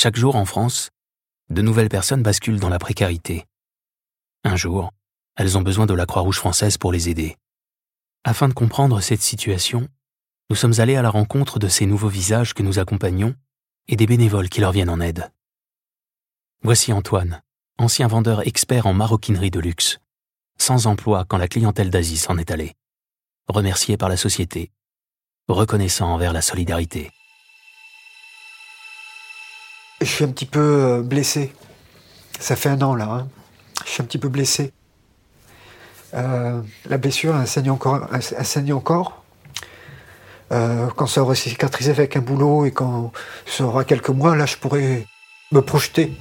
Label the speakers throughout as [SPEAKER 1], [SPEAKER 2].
[SPEAKER 1] Chaque jour en France, de nouvelles personnes basculent dans la précarité. Un jour, elles ont besoin de la Croix-Rouge française pour les aider. Afin de comprendre cette situation, nous sommes allés à la rencontre de ces nouveaux visages que nous accompagnons et des bénévoles qui leur viennent en aide. Voici Antoine, ancien vendeur expert en maroquinerie de luxe, sans emploi quand la clientèle d'Asie s'en est allée, remercié par la société, reconnaissant envers la solidarité.
[SPEAKER 2] Je suis un petit peu blessé. Ça fait 1 an là. Hein. Je suis un petit peu blessé. La blessure, elle saigne encore. Quand ça aura cicatrisé avec un boulot et quand ça aura quelques mois, là, je pourrais me projeter.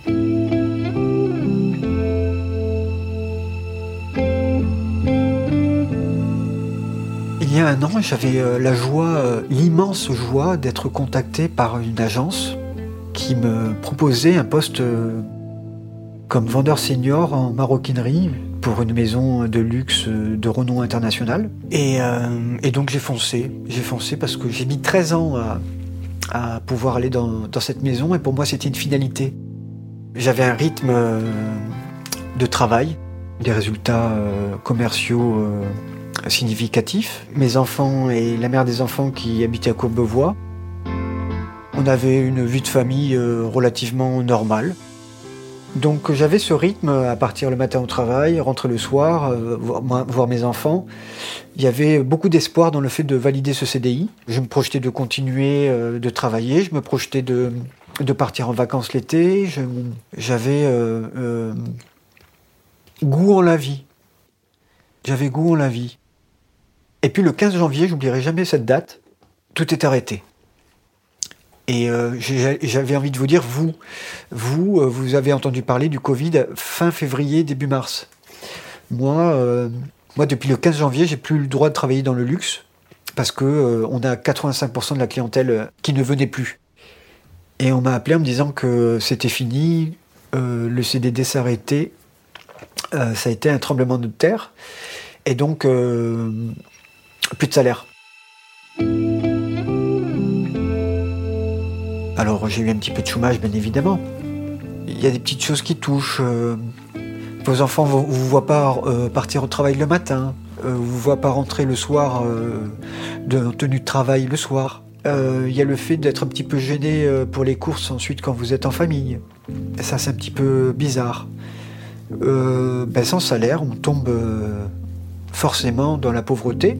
[SPEAKER 2] Il y a 1 an, j'avais l'immense joie d'être contacté par une agence qui me proposait un poste comme vendeur senior en maroquinerie pour une maison de luxe de renom international. Et donc j'ai foncé parce que j'ai mis 13 ans à pouvoir aller dans cette maison et pour moi c'était une finalité. J'avais un rythme de travail, des résultats commerciaux significatifs. Mes enfants et la mère des enfants qui habitaient à Courbevoie. On avait une vie de famille relativement normale. Donc j'avais ce rythme à partir le matin au travail, rentrer le soir, voir mes enfants. Il y avait beaucoup d'espoir dans le fait de valider ce CDI. Je me projetais de continuer de travailler, je me projetais de partir en vacances l'été. J'avais goût en la vie. J'avais goût en la vie. Et puis le 15 janvier, j'oublierai jamais cette date, tout est arrêté. Et j'avais envie de vous dire, vous avez entendu parler du Covid fin février, début mars. Moi, depuis le 15 janvier, j'ai plus le droit de travailler dans le luxe parce que on a 85% de la clientèle qui ne venait plus. Et on m'a appelé en me disant que c'était fini, le CDD s'arrêtait, ça a été un tremblement de terre, et donc plus de salaire. Alors j'ai eu un petit peu de chômage, bien évidemment. Il y a des petites choses qui touchent. Vos enfants ne vous voient pas partir au travail le matin. Vous voient pas rentrer le soir en tenue de travail le soir. Il y a le fait d'être un petit peu gêné pour les courses ensuite quand vous êtes en famille. Et ça, c'est un petit peu bizarre. Sans salaire, on tombe forcément dans la pauvreté.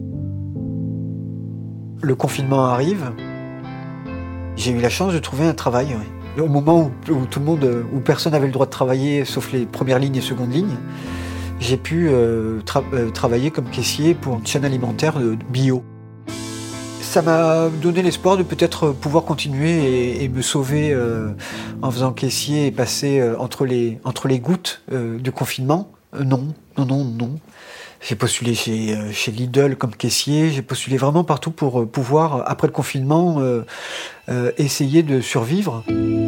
[SPEAKER 2] Le confinement arrive. J'ai eu la chance de trouver un travail. Oui. Au moment où tout le monde, où personne n'avait le droit de travailler, sauf les premières lignes et secondes lignes, j'ai pu travailler comme caissier pour une chaîne alimentaire bio. Ça m'a donné l'espoir de peut-être pouvoir continuer et me sauver en faisant caissier et passer entre les gouttes du confinement. Non. J'ai postulé chez Lidl comme caissier, j'ai postulé vraiment partout pour pouvoir, après le confinement, essayer de survivre.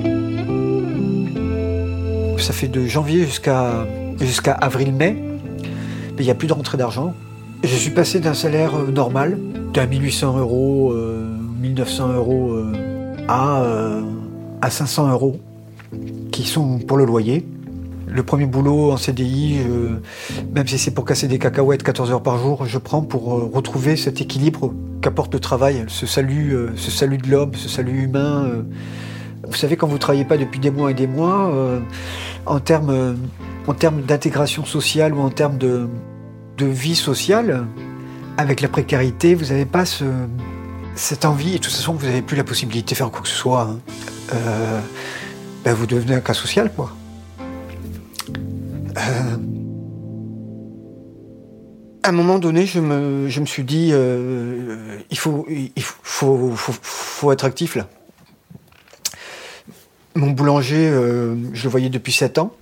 [SPEAKER 2] Ça fait de janvier jusqu'à avril-mai, mais il n'y a plus de rentrée d'argent. Je suis passé d'un salaire normal, d'un 1800 €, 1900 € à 500 €, qui sont pour le loyer. Le premier boulot en CDI, même si c'est pour casser des cacahuètes 14 heures par jour, je prends pour retrouver cet équilibre qu'apporte le travail, ce salut de l'homme, ce salut humain. Vous savez, quand vous ne travaillez pas depuis des mois et des mois, en termes d'intégration sociale ou en termes de vie sociale, avec la précarité, vous n'avez pas cette envie, et de toute façon, vous n'avez plus la possibilité de faire quoi que ce soit. Vous devenez un cas social, quoi. À un moment donné, je me suis dit, il faut être actif là. Mon boulanger, je le voyais depuis 7 ans.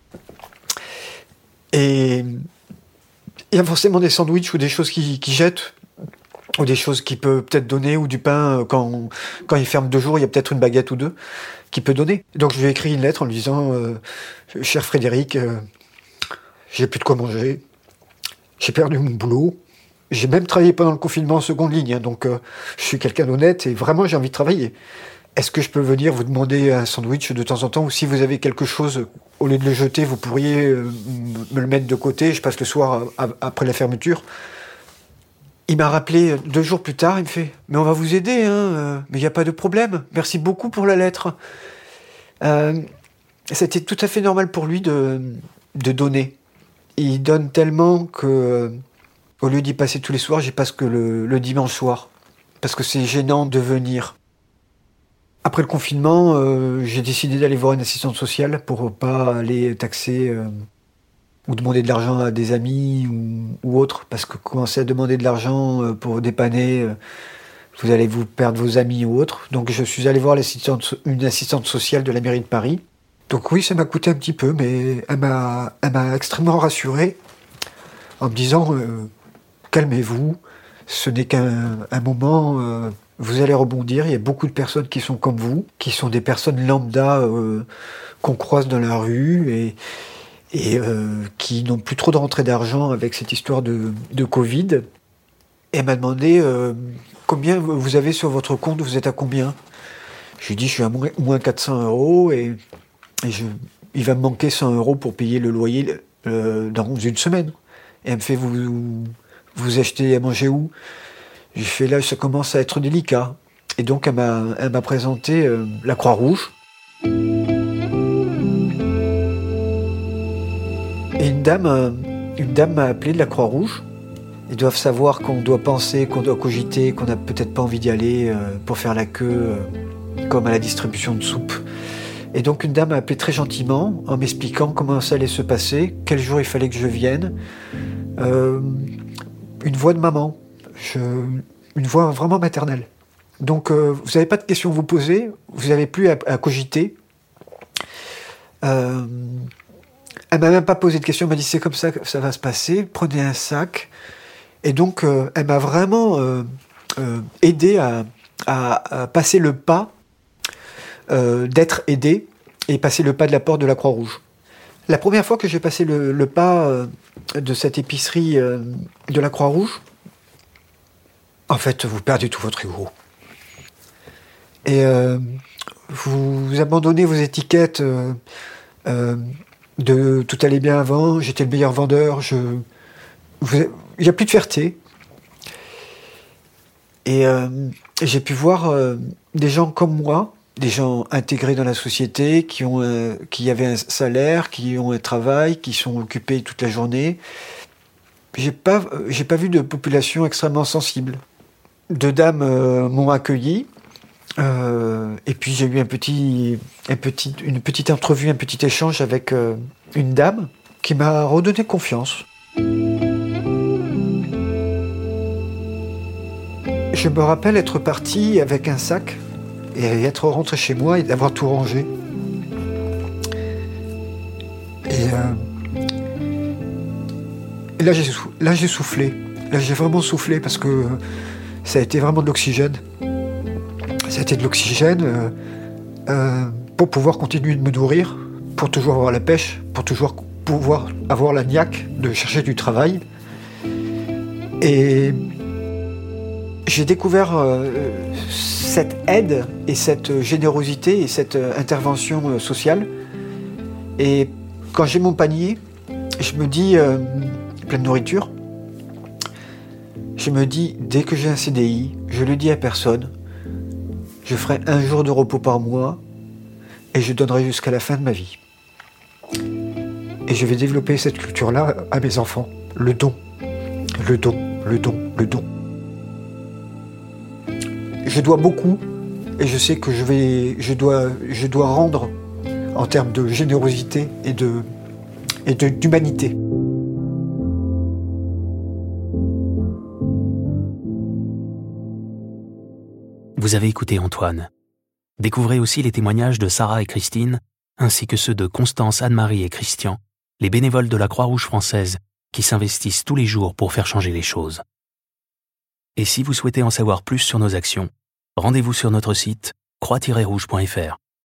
[SPEAKER 2] Et il y a forcément des sandwichs ou des choses qui jettent, ou des choses qu'il peut peut-être donner, ou du pain, quand il ferme 2 jours, il y a peut-être une baguette ou 2 qu'il peut donner. Donc je lui ai écrit une lettre en lui disant, cher Frédéric, j'ai plus de quoi manger, j'ai perdu mon boulot, j'ai même travaillé pendant le confinement en seconde ligne, donc je suis quelqu'un d'honnête et vraiment j'ai envie de travailler. est-ce que je peux venir vous demander un sandwich de temps en temps, ou si vous avez quelque chose, au lieu de le jeter, vous pourriez me le mettre de côté, je passe le soir après la fermeture. Il m'a rappelé 2 jours plus tard, il me fait « Mais on va vous aider, hein, mais il n'y a pas de problème, merci beaucoup pour la lettre. » C'était tout à fait normal pour lui de donner. Il donne tellement que, au lieu d'y passer tous les soirs, j'y passe que le dimanche soir, parce que c'est gênant de venir. Après le confinement, j'ai décidé d'aller voir une assistante sociale pour pas aller taxer ou demander de l'argent à des amis ou autres, parce que commencer à demander de l'argent pour dépanner, vous allez vous perdre vos amis ou autres. Donc je suis allé voir une assistante sociale de la mairie de Paris. Donc oui, ça m'a coûté un petit peu, mais elle m'a extrêmement rassuré en me disant calmez-vous, ce n'est qu'un moment, vous allez rebondir, il y a beaucoup de personnes qui sont comme vous, qui sont des personnes lambda qu'on croise dans la rue et qui n'ont plus trop de rentrée d'argent avec cette histoire de Covid. Et elle m'a demandé combien vous avez sur votre compte, vous êtes à combien? Je lui ai dit je suis à moins 400 € et il va me manquer 100 € pour payer le loyer dans une semaine. Et elle me fait vous achetez à manger où? J'ai fait là, ça commence à être délicat. Et donc elle m'a présenté la Croix-Rouge. Et une dame m'a appelé de la Croix-Rouge. Ils doivent savoir qu'on doit penser, qu'on doit cogiter, qu'on n'a peut-être pas envie d'y aller pour faire la queue, comme à la distribution de soupe. Et donc une dame m'a appelé très gentiment en m'expliquant comment ça allait se passer, quel jour il fallait que je vienne. Une voix de maman, une voix vraiment maternelle. Donc vous n'avez pas de questions à vous poser, vous n'avez plus à cogiter. Elle m'a même pas posé de questions, elle m'a dit c'est comme ça que ça va se passer, prenez un sac. Et donc elle m'a vraiment aidé à passer le pas d'être aidé et passer le pas de la porte de la Croix-Rouge. La première fois que j'ai passé le pas de cette épicerie de la Croix-Rouge, en fait, vous perdez tout votre ego. Et vous abandonnez vos étiquettes de tout allait bien avant, j'étais le meilleur vendeur, il n'y a plus de fierté. Et j'ai pu voir des gens comme moi, des gens intégrés dans la société, qui avaient un salaire, qui ont un travail, qui sont occupés toute la journée. J'ai pas vu de population extrêmement sensible. 2 dames m'ont accueilli, et puis j'ai eu une petite entrevue, un petit échange avec une dame qui m'a redonné confiance. Je me rappelle être parti avec un sac et être rentré chez moi et d'avoir tout rangé. Et là j'ai soufflé. Là j'ai vraiment soufflé parce que ça a été vraiment de l'oxygène. Ça a été de l'oxygène pour pouvoir continuer de me nourrir, pour toujours avoir la pêche, pour toujours pouvoir avoir la niaque de chercher du travail. Et j'ai découvert cette aide et cette générosité et cette intervention sociale. Et quand j'ai mon panier, je me dis, plein de nourriture, je me dis, dès que j'ai un CDI, je le dis à personne, je ferai 1 jour de repos par mois et je donnerai jusqu'à la fin de ma vie. Et je vais développer cette culture-là à mes enfants. Le don, le don, le don, le don. Je dois beaucoup et je sais que je dois rendre en termes de générosité et d'humanité.
[SPEAKER 1] Vous avez écouté Antoine. Découvrez aussi les témoignages de Sarah et Christine, ainsi que ceux de Constance, Anne-Marie et Christian, les bénévoles de la Croix-Rouge française qui s'investissent tous les jours pour faire changer les choses. Et si vous souhaitez en savoir plus sur nos actions, rendez-vous sur notre site croix-rouge.fr.